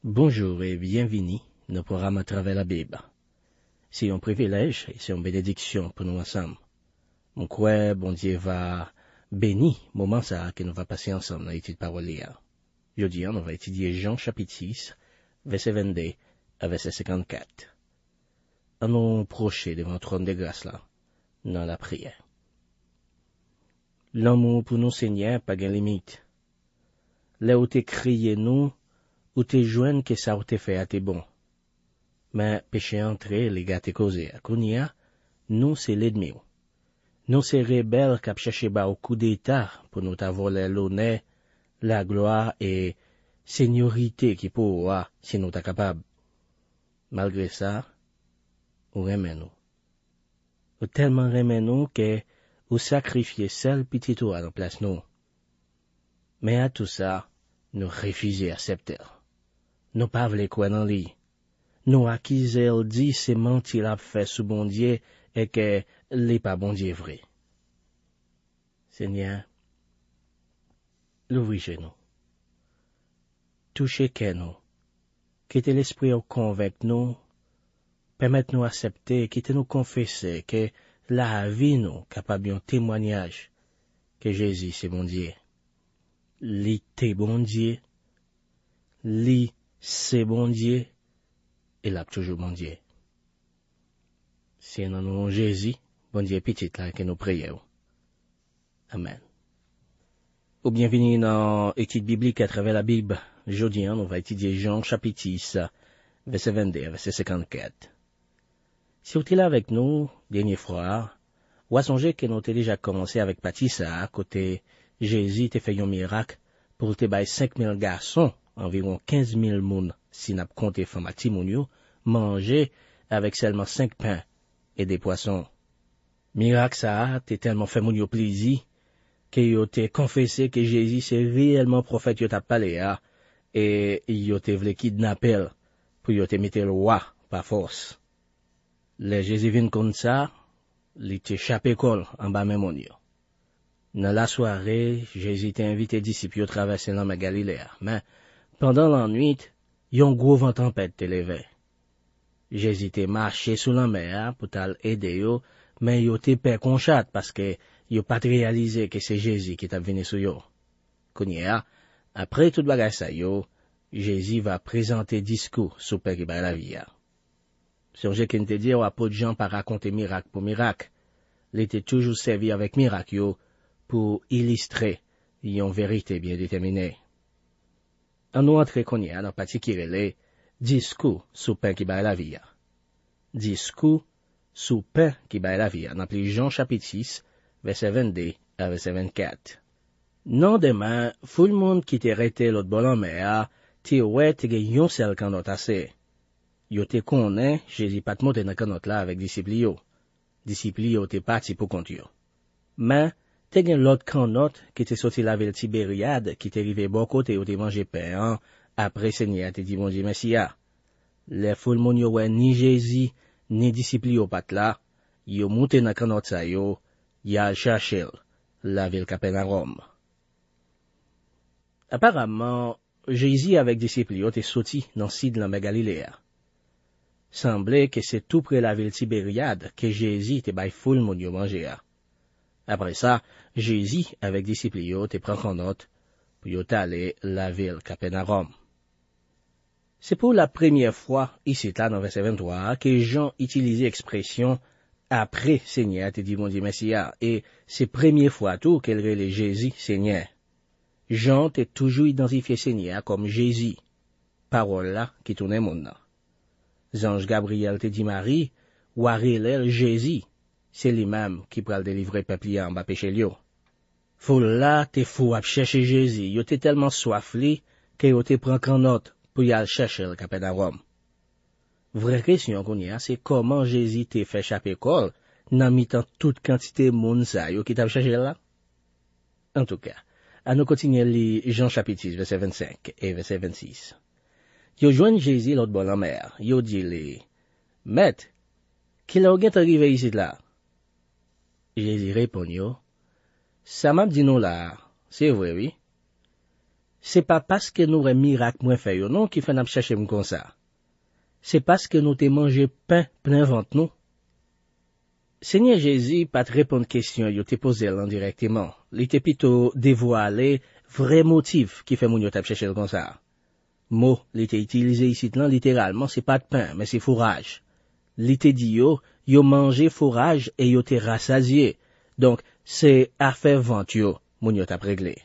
Bonjour et bienvenue dans le programme à travers la Bible. C'est un privilège et c'est une bénédiction pour nous ensemble. Mon croix, bon Dieu va bénir le moment ça que nous va passer ensemble dans l'étude parole. Aujourd'hui, on va étudier Jean chapitre 6, verset 22 à verset 54. On nous procher devant le trône de grâce là, dans la prière. L'amour pour nous Seigneur pas de limite. Là où t'es crié nous, ou t'es joindre que ça ou t'es fait à t'es bon. Mais péché entré, les gars t'es causé. Kounia, nous c'est l'ennemi. Nous c'est rebelles qui cherché bas au coup d'état pour nous t'avoler l'honneur, la gloire et seigneurie qui pourra si nous t'es capable. Malgré ça, ou remet nous. Ou tellement remet nous que ou sacrifier seul petit tour à la place nous. Mais à tout ça, nous refusons accepter. Nous pas vle quoi dans lui. Nous accuser elle dit c'est mentir a fait sous bon Dieu et que l'est pas bon Dieu vrai. Seigneur, l'ouvrir chez nous. Touchez que nous. Quittez l'esprit au convaincre nous. Permettez-nous accepter, quittez nous confesser que la vie nous capable un témoignage que Jésus c'est bon Dieu. Li t'es bon Dieu. Li c'est bon Dieu. Et là toujours bon Dieu. C'est dans le nom de Jésus, bon Dieu petit là que nous prions. Amen. Ou bienvenue dans l'étude biblique à travers la Bible. Aujourd'hui, on va étudier Jean chapitre 6, verset 22, verset 54. Si vous êtes là avec nous, dernière fois, ou à songer que nous avons déjà commencé avec Patissa, côté Jésus t'a fait un miracle pour te bailler 5000 garçons, environ 15 000 moun, si n'a pas compté femme à Timounio, manger avec seulement 5 pains et des poissons. Miracle ça, t'es tellement fait moun yo plaisir, que yo t'ai confessé que Jésus c'est réellement prophète yo t'a parlé, et yo t'ai vle kidnapper, pour yo te mettre le roi, par force. Le Jésus vient comme ça, li t'ai échappé col en bas même moun yo. Dans la soirée, Jésus t'a invité disciples yo traverser la mer Galilée, mais pendant la nuit, yon gros vent tempête te levé. Jésus t'a marché sous la mer pour t'al aider yo, mais yo t'ai peur qu'on chat parce que yo pas réalisé que c'est Jésus qui t'a venu sur yo. Kounia, après tout bagage ça yo, Jésus va présenter discours sur père qui ba la vie. Songez qu'il te dit, apôtre Jean pas raconter miracle pour miracle. Il était toujours servi avec miracle yo pour illustrer une vérité bien déterminée. On nous entre Kounia dans partie qui relève discours sur père qui ba la vie. Discours sur pain qui baille la vie, dans Jean chapitre 6, verset 22 à verset 24. Non demain, tout le monde qui t'est arrêté l'autre bord en mer, t'es ouais t'es yon seul canot assez. Yo te connaît, Jésus pas te monter dans canot là avec disciples yo. Disciples yo t'es parti pour compte yo. Mais, t'es gen l'autre canot qui t'est sorti la ville Tibériade, qui t'est arrivé bon côté où t'es mangé pain, après Seigneur t'es dit bon Dieu Messia. Les foule moun yo ouais ni Jésus, ni disciples yo pat là, yo monté dans canot sa yo, yal chercher la ville Capernaum. Apparemment, Jésus avec disciples yo t'est sorti dans sud de la mer Galilée. Semblait que c'est tout près la ville Tibériade que Jésus te bay foule moun yo manger. Après ça, Jésus avec disciples yo te prend canot pour yo t'aller la ville Capernaum. C'est pour la première fois, ici là dans verset 23, que Jean utilise l'expression « après Seigneur te dit mon Dieu Messia » et c'est première fois tout qu'elle relève Jésus Seigneur. Jean t'a toujours identifié Seigneur comme Jésus, parole là qui tourne mon nom. Ange Gabriel te dit Marie, ou a relève Jésus, c'est lui-même qui pral délivrer peuple en bas péché lio. Foule là te fou à chercher Jésus, yo te tellement soif li que yo te prend qu'en note pour y aller chercher le Capernaum. Vraie question qu'on y a, c'est comment Jésus t'a fait échapper col, dans mi-temps toute quantité moun sa yo qui t'a cherché là? En tout cas, à nous continuer lire Jean chapitre 6, verset 25 et verset 26. Yo joignent Jésus l'autre bord la mer, yo dit li, Maître, qui l'a ou arrivé ici là? Jésus répond yo, ça m'a dit nous là, c'est vrai oui. c'est pas parce que nous un miracle moins fait, non, qui fait nous chercher comme ça. C'est parce que nous te mangé pain plein ventre, nous. Seigneur Jésus pas te répondre question yo te posé là directement. Il était plutôt dévoilé vrai motif qui fait moun yo t'a chercher comme ça. Mot, il était utilisé ici là littéralement, c'est pas de pain, mais c'est fourrage. Il était dit yo mangé fourrage et yo te rassasié. Donc c'est affaire ventre yo, moun yo t'a réglé.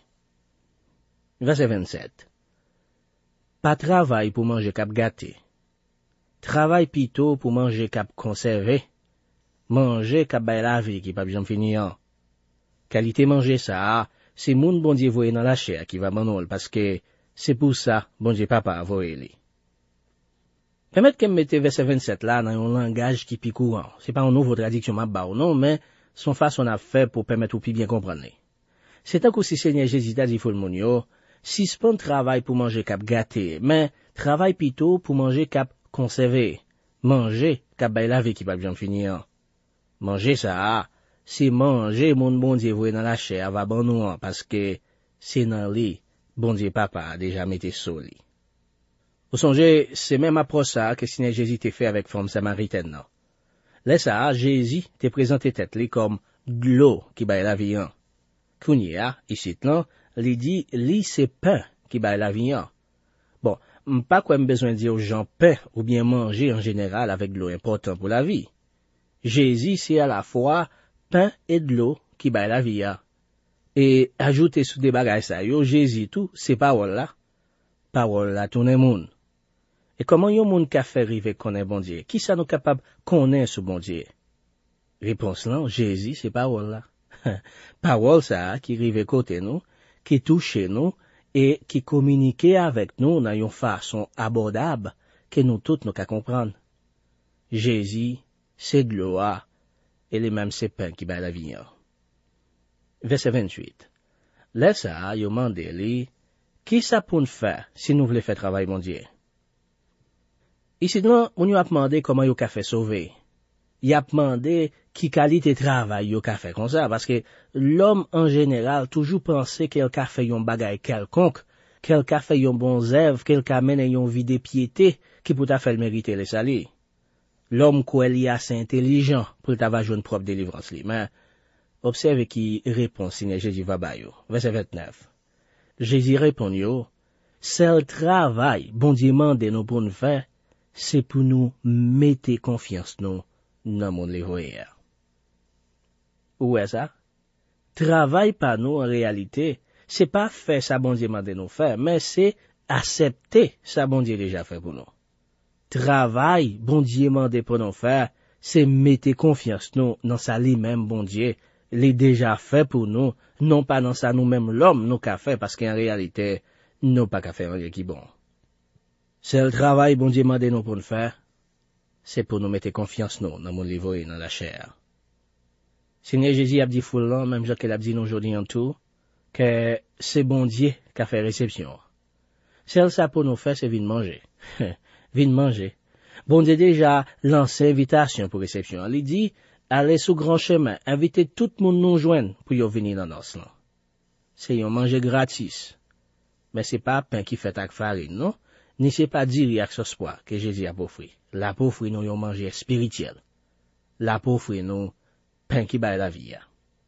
Verset 27. Pas travail pour manger cap gâté. Travail plutôt pour manger cap conservé. Manger cap bay la vie qui pas bien finir. Qualité manger ça, c'est moun bon Dieu voye dans la chair qui va banol parce que c'est pour ça bon Dieu papa voye li. Permettez que me mette verset 27 là dans un langage qui pi courant. C'est pas une nouvelle traduction m'a ba ou non, mais son façon a fait pour permettre ou pi bien comprendre. C'est tant que si Seigneur Jésus t'a dit faut le moun yo, si spon travail pour manger cap gâté, mais travail plutôt pour manger cap conservé. Manger cap bay la vie qui pas bien finir. Manger ça, c'est manger mon bon Dieu voye dans la chair va bon nous parce que c'est dans li, bon Dieu papa a déjà mette soli. Vous songez, c'est même approche ça que Seigneur Jésus t'a fait avec femme samaritaine non. Là ça, Jésus t'a présenté tête li comme de l'eau qui baille la vie en. Kounia, ici là, li dit li c'est pain qui baille la vie en. Bon, pas quoi besoin de dire aux gens pain ou bien manger en général avec de l'eau important pour la vie. Jésus, c'est à la fois pain et de l'eau qui baille la vie. Et ajouter sous des bagages ça, yo, Jésus tout, c'est parole là. Parole là, tout le monde. Et comment yon moun ka fait rive connaît bon Dieu? Qui ça nous capable connaître ce bon Dieu? Réponse là, Jésus, c'est parole là. Parole ça, qui rive côté nous, qui touche nous, et qui communique avec nous dans une façon abordable, que nous tous nous ka comprendre. Jésus, c'est de l'eau, et les mêmes c'est pain qui bat la vie. Verset 28. Laisse ça, yo mande li, qui ça pour nous faire, si nous voulons faire travail, mon Dieu? Ici, là, on y a demandé comment yo ka fait sauver. Y a demandé qui qualité travail yo ka fait comme ça, parce que l'homme, en général, toujours pensé qu'elle ka fait yon bagay quelconque, qu'elle ka fait yon bon zèvre, qu'elle ka mène yon vie de piété, qui peut ta faire mériter le salut. L'homme quoi li assez intelligent pour t'avoir joué une propre délivrance li. Mais, observe qui répond Seigneur Jésus va ba yo. Verset 29. Jésus répond yo, seul travail, bon Dieu mande nous pour nous faire, c'est pour nous mettre confiance nous dans mon l'évoyer. Où est ça? Travail par nous en réalité, c'est pas faire ça bon Dieu mande nous faire, mais c'est accepter ça bon Dieu déjà fait pour nous. Travail, bon Dieu mande pour nous faire, c'est mettre confiance nous dans ça lui-même, bon Dieu, l'est déjà fait pour nous, non pas dans ça nous-mêmes l'homme nous qu'a fait, parce qu'en réalité, nous pas qu'à faire rien qui bon. C'est le travail, bon Dieu mande nous pour nous faire, c'est pour nous mettre confiance nous dans mon livre et dans la chair. Seigneur Jésus a dit foulant, même Jacques l'a dit aujourd'hui en tout, que c'est bon Dieu qui a fait réception. C'est ça pour nous faire, c'est venir manger. Vin manger. Bon Dieu déjà lancé invitation pour réception. Il dit, allez sous grand chemin, invitez tout le monde nous joindre pour y venir dans nos là. C'est un manger gratis. Mais c'est pas pain qui fait avec farine, non? Ni c'est pas diri avec sauce pois que Jésus a offert. La offert nous un manger spirituel. La offert nous pain qui baille la vie.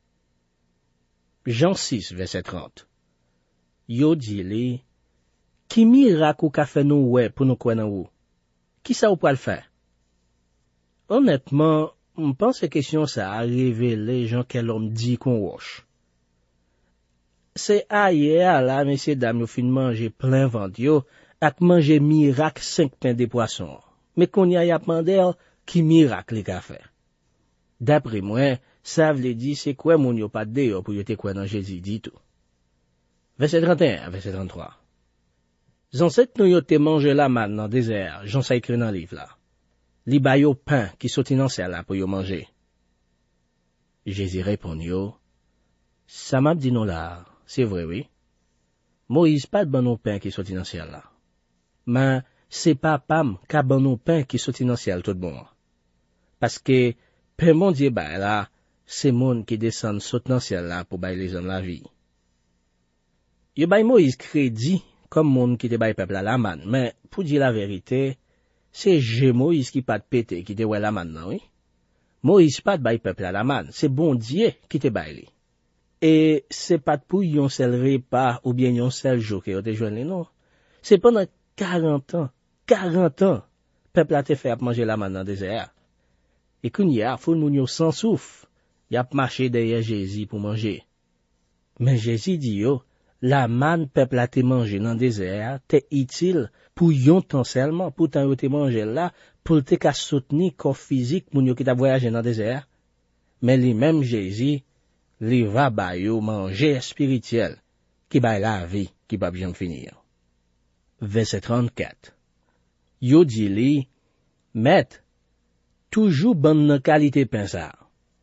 Jean 6, verset 30. Yo dit li, qui miracle ou ka fait nous ouais pour nous croire ou? Qui ça ou pas le faire? Honnêtement, je pense que question ça a révélé les gens que l'homme dit qu'on wash. C'est ailleurs là, messieurs dames, nous fin manger plein ventre yo, ak manger miracle 5 pains de poisson. Mais qu'on y a demandé qui miracle les ka fait. D'après moi, ça veut dire c'est quoi mon yo pas de pour yo te quoi dans Jésus dit tout. Verset 31, verset 33. Ancêtres nous yo te mangé la manne dans le désert, j'en sais écrit dans le livre là. Li ba yo pain qui sorti dans ciel là pour yo manger. Jésus répond yo, ça m'a dit non là, c'est vrai oui. Moïse pas de bon pain qui sorti dans ciel là. Mais c'est pas pam ka bon pain qui sorti dans ciel tout bon. Parce que pain mon Dieu ba là, c'est monde qui descend saute dans ciel là pour bailler les hommes la vie. Yo bay Moïse crédit comme monde qui te bay peuple à la manne, mais pour dire la vérité, c'est Moïse qui pas de pété qui te ouais la manne, non, oui? Moïse pas de bay peuple à la manne, c'est bon Dieu qui te bay li. Et c'est pas pour yon seul repas ou bien yon seul jour que yo te joine non. C'est pendant 40 ans, peuple a te fait à manger la manne dans le désert. Et qu'on y a, faut moun yo sans souffle, y a marché derrière Jésus pour manger. Mais Jésus dit yo, la manne peuple a te manger dans le désert, te utile pour yon temps seulement, pour tant yo te manger là, pour te ka soutenir corps physique moun yo qui t'a voyagé dans le désert. Mais les mêmes Jésus, li va ba yo manger spirituel, qui ba la vie, qui va bien finir. Verset 34. Yo dit li, Maître, toujours bonne qualité pain ça.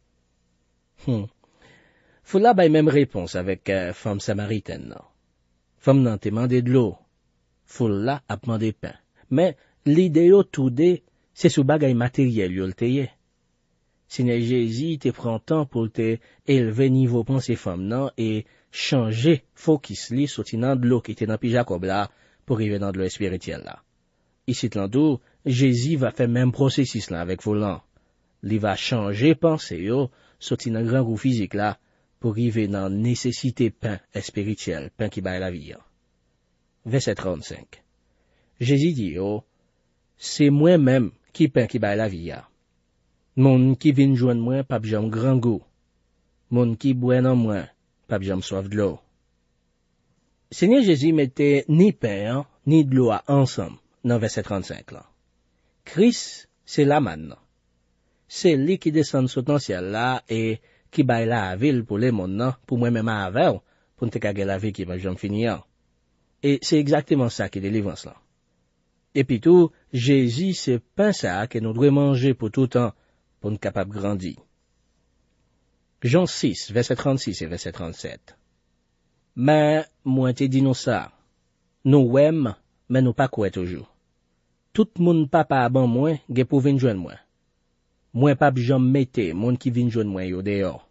Faut là bay même réponse avec femme samaritaine non. Femme nan te mandé de l'eau. Faut là a demandé pain. Mais l'idée yo tout de, c'est sous bagay matériel yo l'teye. Seigneur Jésus te prend temps pour te élever niveau pensée femme nan et changer focus li sorti nan de l'eau qui était dans pi Jacob là pour arriver dans de l'eau spirituelle là. Ici tlandou, Jésus va faire même processus là avec volant. Il va changer pensée yo sorti dans grand groupe physique là pour arriver dans nécessité pain spirituel, pain qui baille la vie. Verset 35. Jésus dit yo, c'est moi-même qui pain qui baille la vie. Mon qui vient joindre moi, pas j'aime grand goût. Mon qui boit dans moi, pas j'aime soif de l'eau. Seigneur Jésus mettait ni pain, ni de l'eau ensemble, dans verset 35 là. Christ, c'est la manne. C'est lui qui descend sur ton ciel là, et qui baille la ville pour les mondes, pour moi-même avec, pour ne te caguer la vie qui va jamais finir. Et c'est exactement ça qui est délivrance là. Et puis tout, Jésus, c'est pain ça que nous devons manger pour tout temps, pour nous capables de grandir. Jean 6, verset 36 et verset 37. Mais, moi te dis nous ça. Nous aime, mais nous pas quoi toujours. Tout moun papa aban moi, ge pou vin joindre moi. Moi pas jam mette, moun qui vin joindre moi yo dehors.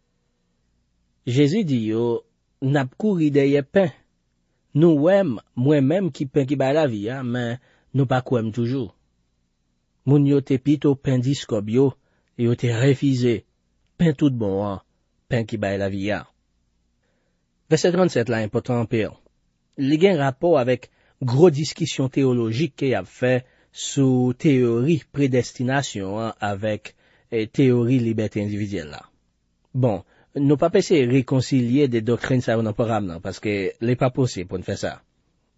Jésus dit yo, n'a couri derrière pain. Nous aime, moi-même qui pain qui ba la vie, mais nous pas quoi toujours. Moun yo te pito pain discob yo, yo te refusé, pain tout bon, pain qui baille la vie. Verset 37 là, important en pire. Il y a un rapport avec gros discussion théologique qu'il a fait sous théorie prédestination avec théorie liberté individuelle là. Bon, nous pas essayer de réconcilier des doctrines ça on pas ramener parce que n'est pas possible pour faire ça.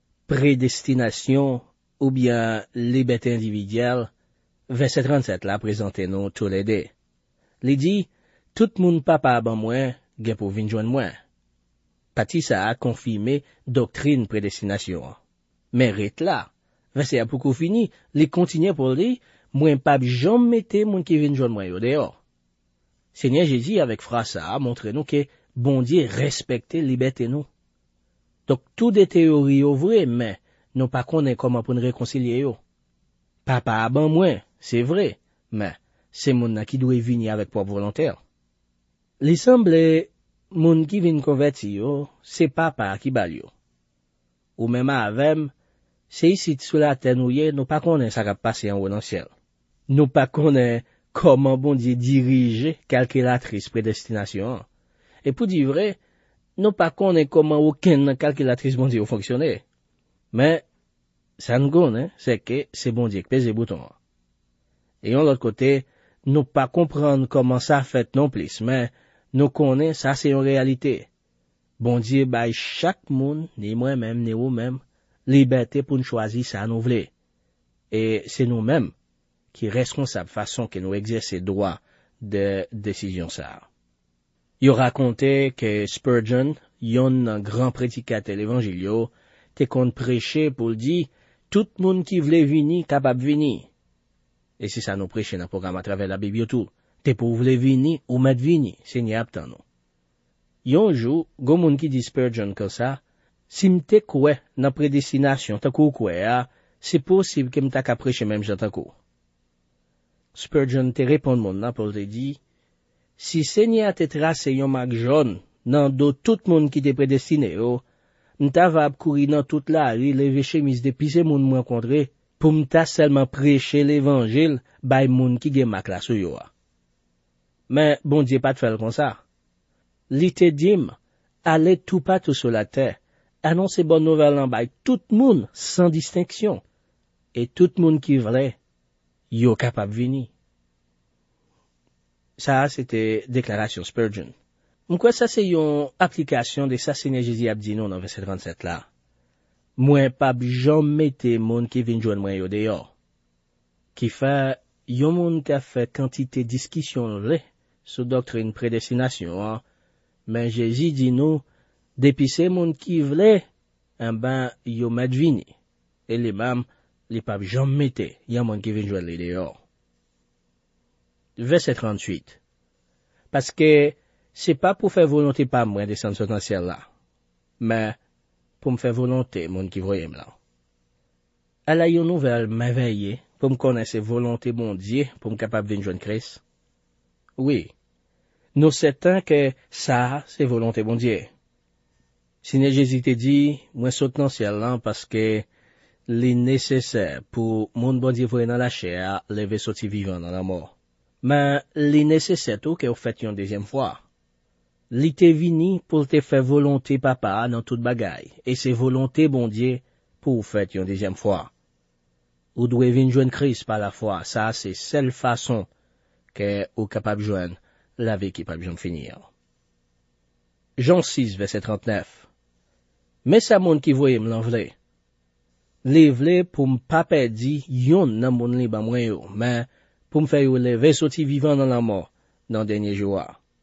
Prédestination ou bien liberté individuelle. Verset 37 là, présentez-nous tous les deux. Il dit, tout moun papa aban moi, gen pou vin joindre moi. Pati ça a confirmé doctrine prédestination. Mais rete là, verset a poukou fini, il continue pour dire, moi pas jam mette moun qui vin joindre moi yo dehors. Seigneur Jésus avec phrase ça a montré nous que bon Dieu respecte liberté nous. Donc tout des théories au vrai, mais nous pas connaît comment pour nous réconcilier yo. Papa aban moi, c'est vrai, mais c'est moun qui doit venir avec propre volontaire. Il semble moun qui vient converti yo, c'est papa qui bal yo. Ou même avem, c'est ici sur la terre nous pas connaît ça va passer en haut dans le ciel. Nous pas connaît comment bon Dieu dirige calculatrice prédestination. Et pour dire vrai, nous pas connaît comment aucune calculatrice bon Dieu fonctionne. Mais ça nous connaît, c'est que c'est bon Dieu qui pèse les boutons. Et en l'autre côté, nous pas comprendre comment ça fait non plus, mais nous connaissons ça c'est une réalité. Bon Dieu baille chaque monde, ni moi-même, ni vous-même, liberté pour nous choisir ça nous voulons. Et c'est nous-mêmes qui responsables façon que nous exercer droit de décision ça. Il racontait que Spurgeon, un grand prédicateur l'évangile, te qu'on prêcher pour dire tout le monde qui voulait venir capable venir. Et c'est ça nous prêcher dans le programme à travers la Bible tout. T'es pour voulez venir ou mettre venir, Seigneur attend nous. Yon jour, gon moun qui dit Spurgeon comme ça, si m'te koué dans prédestination ta kou koué c'est possible que m'ta ka prêcher même j'entends kou. Spurgeon te répond moun nan pour te dire si Seigneur te tracé yon marque jaune dans dos tout monde qui te prédestiné m'ta va courir dans toute la rue, lever chemise depuis ces moun rencontré, pour m'ta seulement prêcher l'évangile, bay moun qui gen mak la sou yo. Mais bon Dieu pas de faire comme ça. Li te dim, allez tout partout sur la terre, annoncer bonne nouvelle en bay tout moun sans distinction. Et tout moun qui vle, yo capable vini. Ça, c'était déclaration Spurgeon. M'kwa ça c'est une application de ça Seigneur Jésus a dit non dans verset 37 là. Moi pas jamais mette moun qui vinn joindre moi yo dehors. Qui fait yon moun qui a fait quantité discussion là sur doctrine prédestination, hein? Mais Jésus dit nous depuis ces moun qui vle, ben yo met vini. Et les mêmes les pas jamais mette yon moun qui vinn joindre dehors. Verset 38. Parce que c'est pas pour faire volonté pas moi descendre sur le ciel là, mais pour me faire volonté moun qui voyait là. Elle a une nouvelle merveille pour me connaître volonté bon Dieu pour me capable de joindre Christ. Oui, nous certains que ça c'est volonté bon Dieu. Seigneur Jésus te dit moi saute dans le ciel là parce que les nécessaire pour moun bon Dieu voyer dans la chair lever sortir vivant dans la mort. Mais les nécessaire tout que vous faites une deuxième fois. Li te vini pour te faire volonté papa dans toute bagaille, et c'est volonté bon Dieu pour vous faire une deuxième fois. Ou devez venir joindre Christ par la foi, ça c'est seule façon que vous capable joindre la vie qui pas besoin de finir. Jean 6 verset 39. Mais ça monde qui voyait me l'envle. Li vle pour me pas perdre yon nan moun li ba mwen yo, mais pour me faire lever sorti vivant dans la mort dans dernier jour.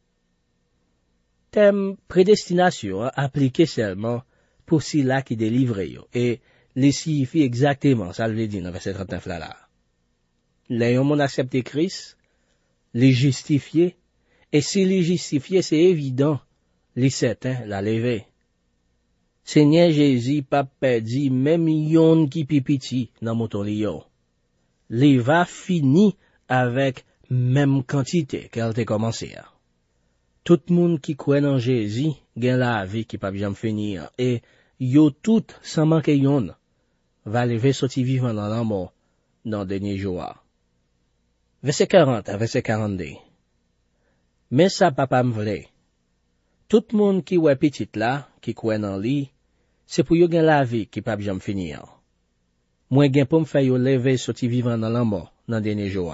Thème prédestination appliqué seulement pour ceux-là qui délivrent yo, et les signifie exactement ça le dit dans verset 39 là. Les hommes accepté Christ, les justifier, et si les justifier c'est évident, les certains la lever. Seigneur Jésus pas perdu même yon qui pipiti dans moton li yo. Li va fini avec même quantité qu'elle t'a commencé. Tout moun qui croit en Jésus gen la vie qui pas jamais finir, et yo tout sans manquer yon va lever sorti vivant dans la mort dans dernier jour. Verset 40 à verset 42. Mais ça papa m'vle. Tout moun qui ouais petit là, qui croit en lui, c'est pour yo gen la vie qui pas jamais finir. Moi gen pour me faire yo lever sorti vivant dans la mort dans dernier jour.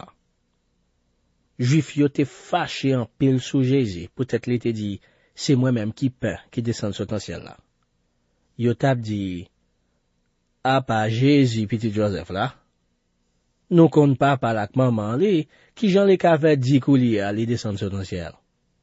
Juif yo te fâché en pile sous Jésus, peut-être li te dit, c'est moi-même qui peint, qui descend sur ton ciel là. Yo tap dit, ah pas Jésus petit Joseph là. Nous compte pas par la maman li, qui j'en les qu'avait dit coulier à li descendre sur ton ciel.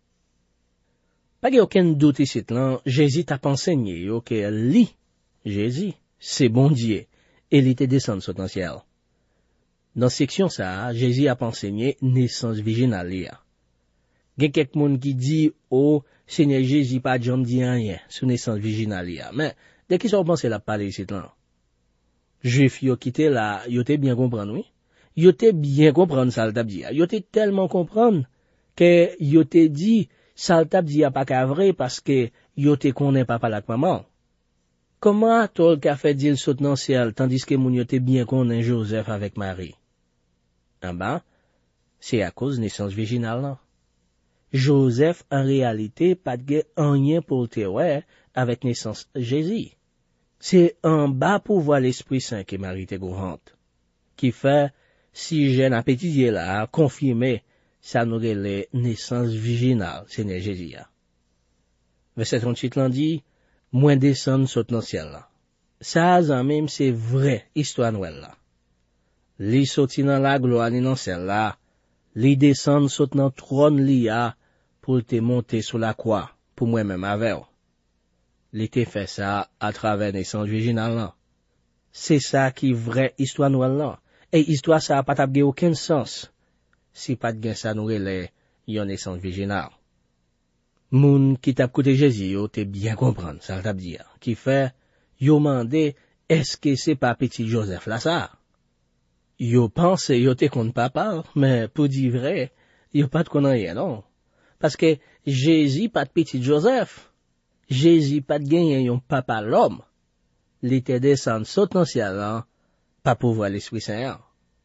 Pas qu'il y a aucun doute ici là, Jésus t'a enseigné yo que li, Jésus, c'est bon Dieu, et li te descend sur ton ciel. Dans section ça, Jésus a enseigné naissance virginale. Gen quelques moun qui dit oh Seigneur Jésus pas jamais dit rien sur naissance virginale. Mais dès qu'ils ont pensé la parler ici là. Juif yo qui était là, yo te bien comprendre oui. Yo te bien comprendre ça le t'a dit. Yo te tellement comprendre que yo te dit ça le t'a dit pas qu'à vrai parce que yo te connaît papa la maman. Comment tol qu'a fait dire saute dans ciel tandis que moun yo te bien connaît Joseph avec Marie? En bas, c'est à cause naissance virginale là. Joseph en réalité pas de rien pour te ouais avec naissance Jésus. C'est en bas pour voir l'Esprit Saint que Marie te gouvante. Qui fait si jeune appétit là confirmer ça nous relève naissance virginale Seigneur Jésus. Verset 38 l'en dit moins descendre saute dans ciel là. Ça en même c'est vrai histoire nouvelle là. Li sorti dans la gloire ni dans celle-là, li descend saute dans trône li a pour te monter sur la croix pour moi-même avec. Li te fait ça à travers naissance virginale là. C'est ça qui vraie histoire noire là. Et histoire ça a pas tapé aucun sens si pas de gain ça nous relève yon naissance virginale. Moun qui t'a écouté Jésus yo te bien comprendre ça t'a dit qui fait yo mandé est-ce que c'est pas petit Joseph là ça? Yo pense yo te compte papa, mais pour dire vrai, yo pas de connaître rien non. Parce que Jésus pas de petit Joseph. Jésus pas de gagner yon papa l'homme. Il était descendu sautant ciel là, pas pour voir l'Esprit Saint.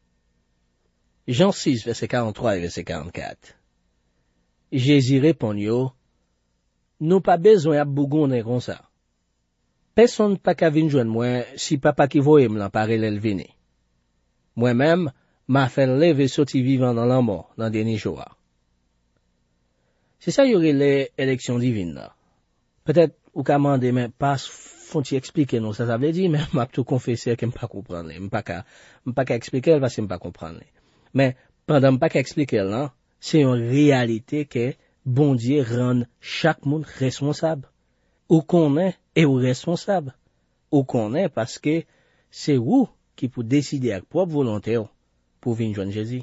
Jean 6, verset 43 et verset 44. Jésus répond yo, nous pas besoin à bougonner comme ça. Personne pas qu'à venir joindre moi si papa qui voye me l'emparer l'elvini. Moi-même, m'a fait lever sorti vivant dans la mort, dans des derniers jours. C'est ça, y aurait les élections divines, là. Peut-être, ou qu'à demander, mais pas, font-ils expliquer, non, ça veut dire, mais m'a tout confessé que m'pas comprendre, m'pas qu'à expliquer, parce que m'pas comprendre. Mais, pendant m'pas qu'à expliquer, là, c'est une réalité que, bon Dieu rend chaque monde responsable. Ou qu'on est, et ou responsable. Ou qu'on est, parce que, c'est vous qui peut décider avec propre volonté, pour venir joindre Jésus.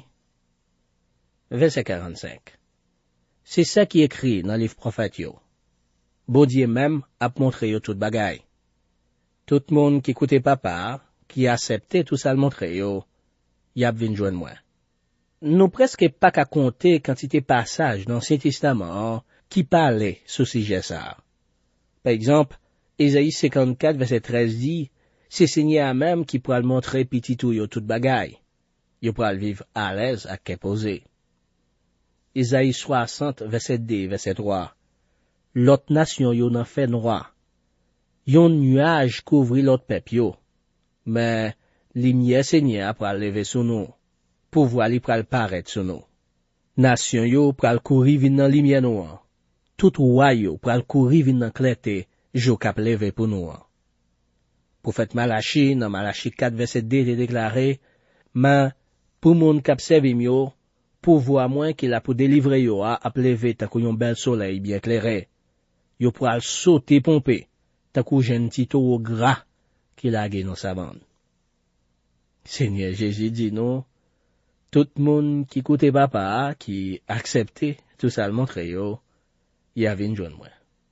Verset 45. C'est ça qui est écrit dans le livre prophète yo. Bon Dieu même a montré yo tout bagaille. Tout le monde qui écoutait papa, qui acceptait tout ça le montrer yo, y a venu joindre moi. Nous presque pas qu'à compter quantité passage dans l'Ancien Testament qui parlait sur ce sujet ça. Par exemple, Ésaïe 54 verset 13 dit, c'est Seigneur même qui pourra le montrer petit tout yo tout bagaille. Yo pourra le vivre à l'aise à qu'est posé. Isaïe 60, verset 2, verset 3. L'autre nation yo n'en fait noir. Yon nuage couvrit l'autre peuple yo. Mais, lumière Seigneur pral lever sur nous. Pouvoir li pral paraître sur nous. Nation yo pral courir vin nan lumière noire. Tout roi yo pral courir vin nan clarté, jo kap lever pour nous. Prophète Malachi, dans Malachi 4, verset 2, te déclaré, mais, pour moun kap servi yo, pouvoir moins qu'il a pour délivrer yo a lever ta kou yon bel soleil bien éclairé. Yo pral sauter pomper, ta kou jen tito au gras qu'il a gagné dans sa bande. Seigneur Jésus dit non, tout moun qui écoute papa, qui accepte tout ça le montre yo, y a vinn joindre moi.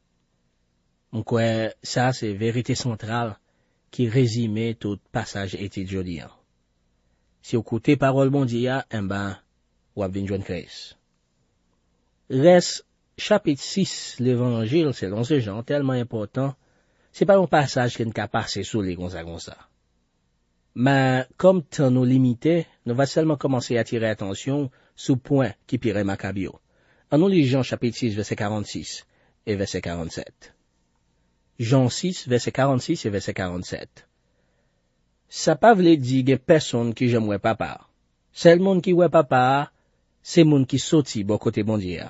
M'kwe, ça c'est vérité centrale qui résume tout passage étudiant. Si vous écoutez parole bon Dieu, ou ap vin joindre Christ. Reste chapitre 6, l'évangile selon ce genre tellement important, c'est pas un passage qui n'a passé sous les comme ça. Mais, comme temps nous limité, nous va seulement commencer à tirer attention sous point qui pirait Macabio. En nous lisant Jean chapitre 6, verset 46 et verset 47. Jean 6, verset 46 et verset 47. Ça pas vle dire que personne qui j'aimerais papa. C'est le monde qui ouais papa, c'est monde qui sorti bon côté bon Dieu.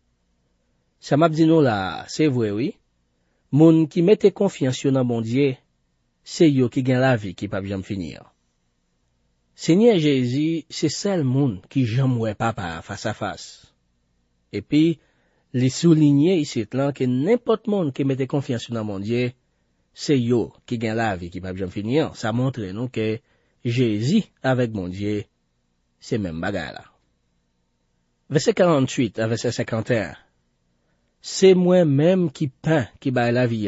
Ça m'a dit nous là, c'est vrai oui. Monde qui mette confiance dans bon Dieu, c'est yo qui gagne la vie qui pas jamais finir. Seigneur Jésus, c'est seul monde qui j'aimerais papa face à face. Et puis, les souligner ici là que n'importe monde qui mette confiance dans mon Dieu, c'est yo qui gagne la vie qui pas jamais finir. Ça montre nous que Jésus avec mon Dieu, c'est même bagarre là. Verset 48 à verset 51. C'est moi-même qui peint qui baille la vie.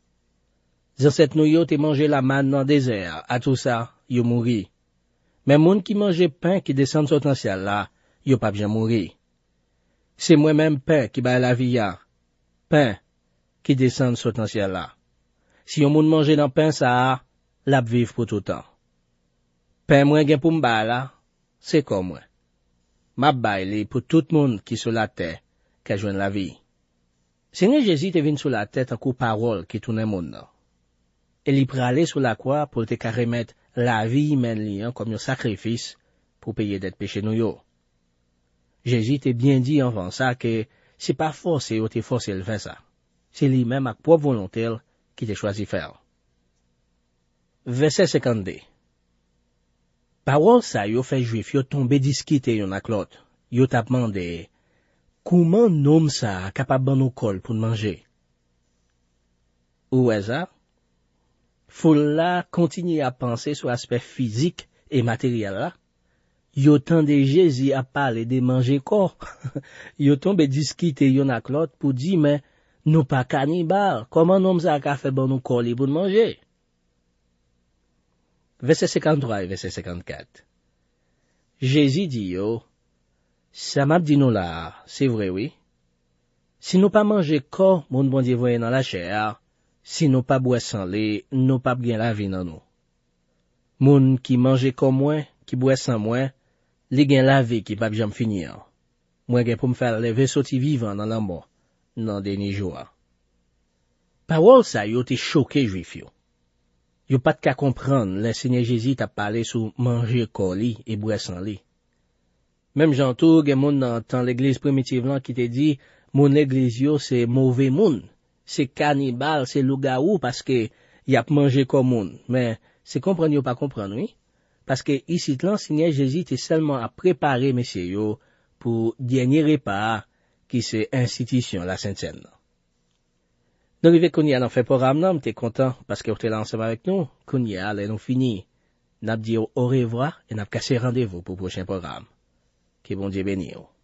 Cette nou yo te mangé la manne dans le désert, à tout ça, yo mouri. Mais moun qui mange pain qui descend sur le ciel là, yo pas bien mouri. C'est moi-même pain qui baille la vie, pain qui descend sur le ciel là. Si yon moun mange dans pain ça, la vive pour tout temps. Pain moi gen pou m'ba là, c'est comme moi. M'a baille pour tout monde qui sur la terre, qui joine la vie. Seigneur Jésus te venu sur la tête en coup parole qui tourne le monde. Et il pralé sur la croix pour te remettre la vie humaine comme un sacrifice pour payer d'être péché nous yo. Jésus t'a bien dit avant ça que c'est pas forcé ou t'es forcé de faire ça. C'est lui-même à propre volonté qui t'a choisi faire. Verset 52. Parole ça yo fait juif yo tomber discuter yon ak l'autre. Yo t'a demandé comment nom ça capable ban nous col pour manger. Ou est ça? Foule là continue à penser sur l'aspect physique et matériel là. Yo tande Jésus à parler de manger corps. Yo tombe discuter yon ak l'autre pour dire mais nous pas cannibales. Comment nom ça ka fait ban nous col pour manger? Verset 53 et verset 54. Jésus dit yo, ça m'a dit nous là, c'est vrai oui. Si nous pas manger corps, mon bon Dieu voyé dans la chair, si nous pas boire sang lait, nous pas bien la vie dans nous. Moun qui mange comme moi, qui boit sans moi, li gen la vie qui pas jamais finir. Moi gen pour me faire lever sorti vivant dans la mort, dans dernier jour. Parole ça yo te choqué juif yo. Yo pas de qu'à comprendre, le Seigneur Jésus t'a parlé sur manger corps li et boire sans li. Même j'entoure gen moun dans l'église primitive là qui te dit, mon l'église yo c'est mauvais moun, c'est cannibale, c'est loup-garou parce que y a mangé comme moun. Mais c'est comprendre yo pas comprendre, oui? Parce que ici là, Seigneur Jésus t'est seulement à préparer messieurs yo pour dernier repas qui c'est institution la Sainte-Seine. Nous arrivons qu'on y a dans fait programme là, m'étais content parce que vous êtes là ensemble avec nous, qu'on y a là nous fini. N'a dit au revoir et n'a cassé rendez-vous pour le prochain programme. Que bon Dieu bénisse.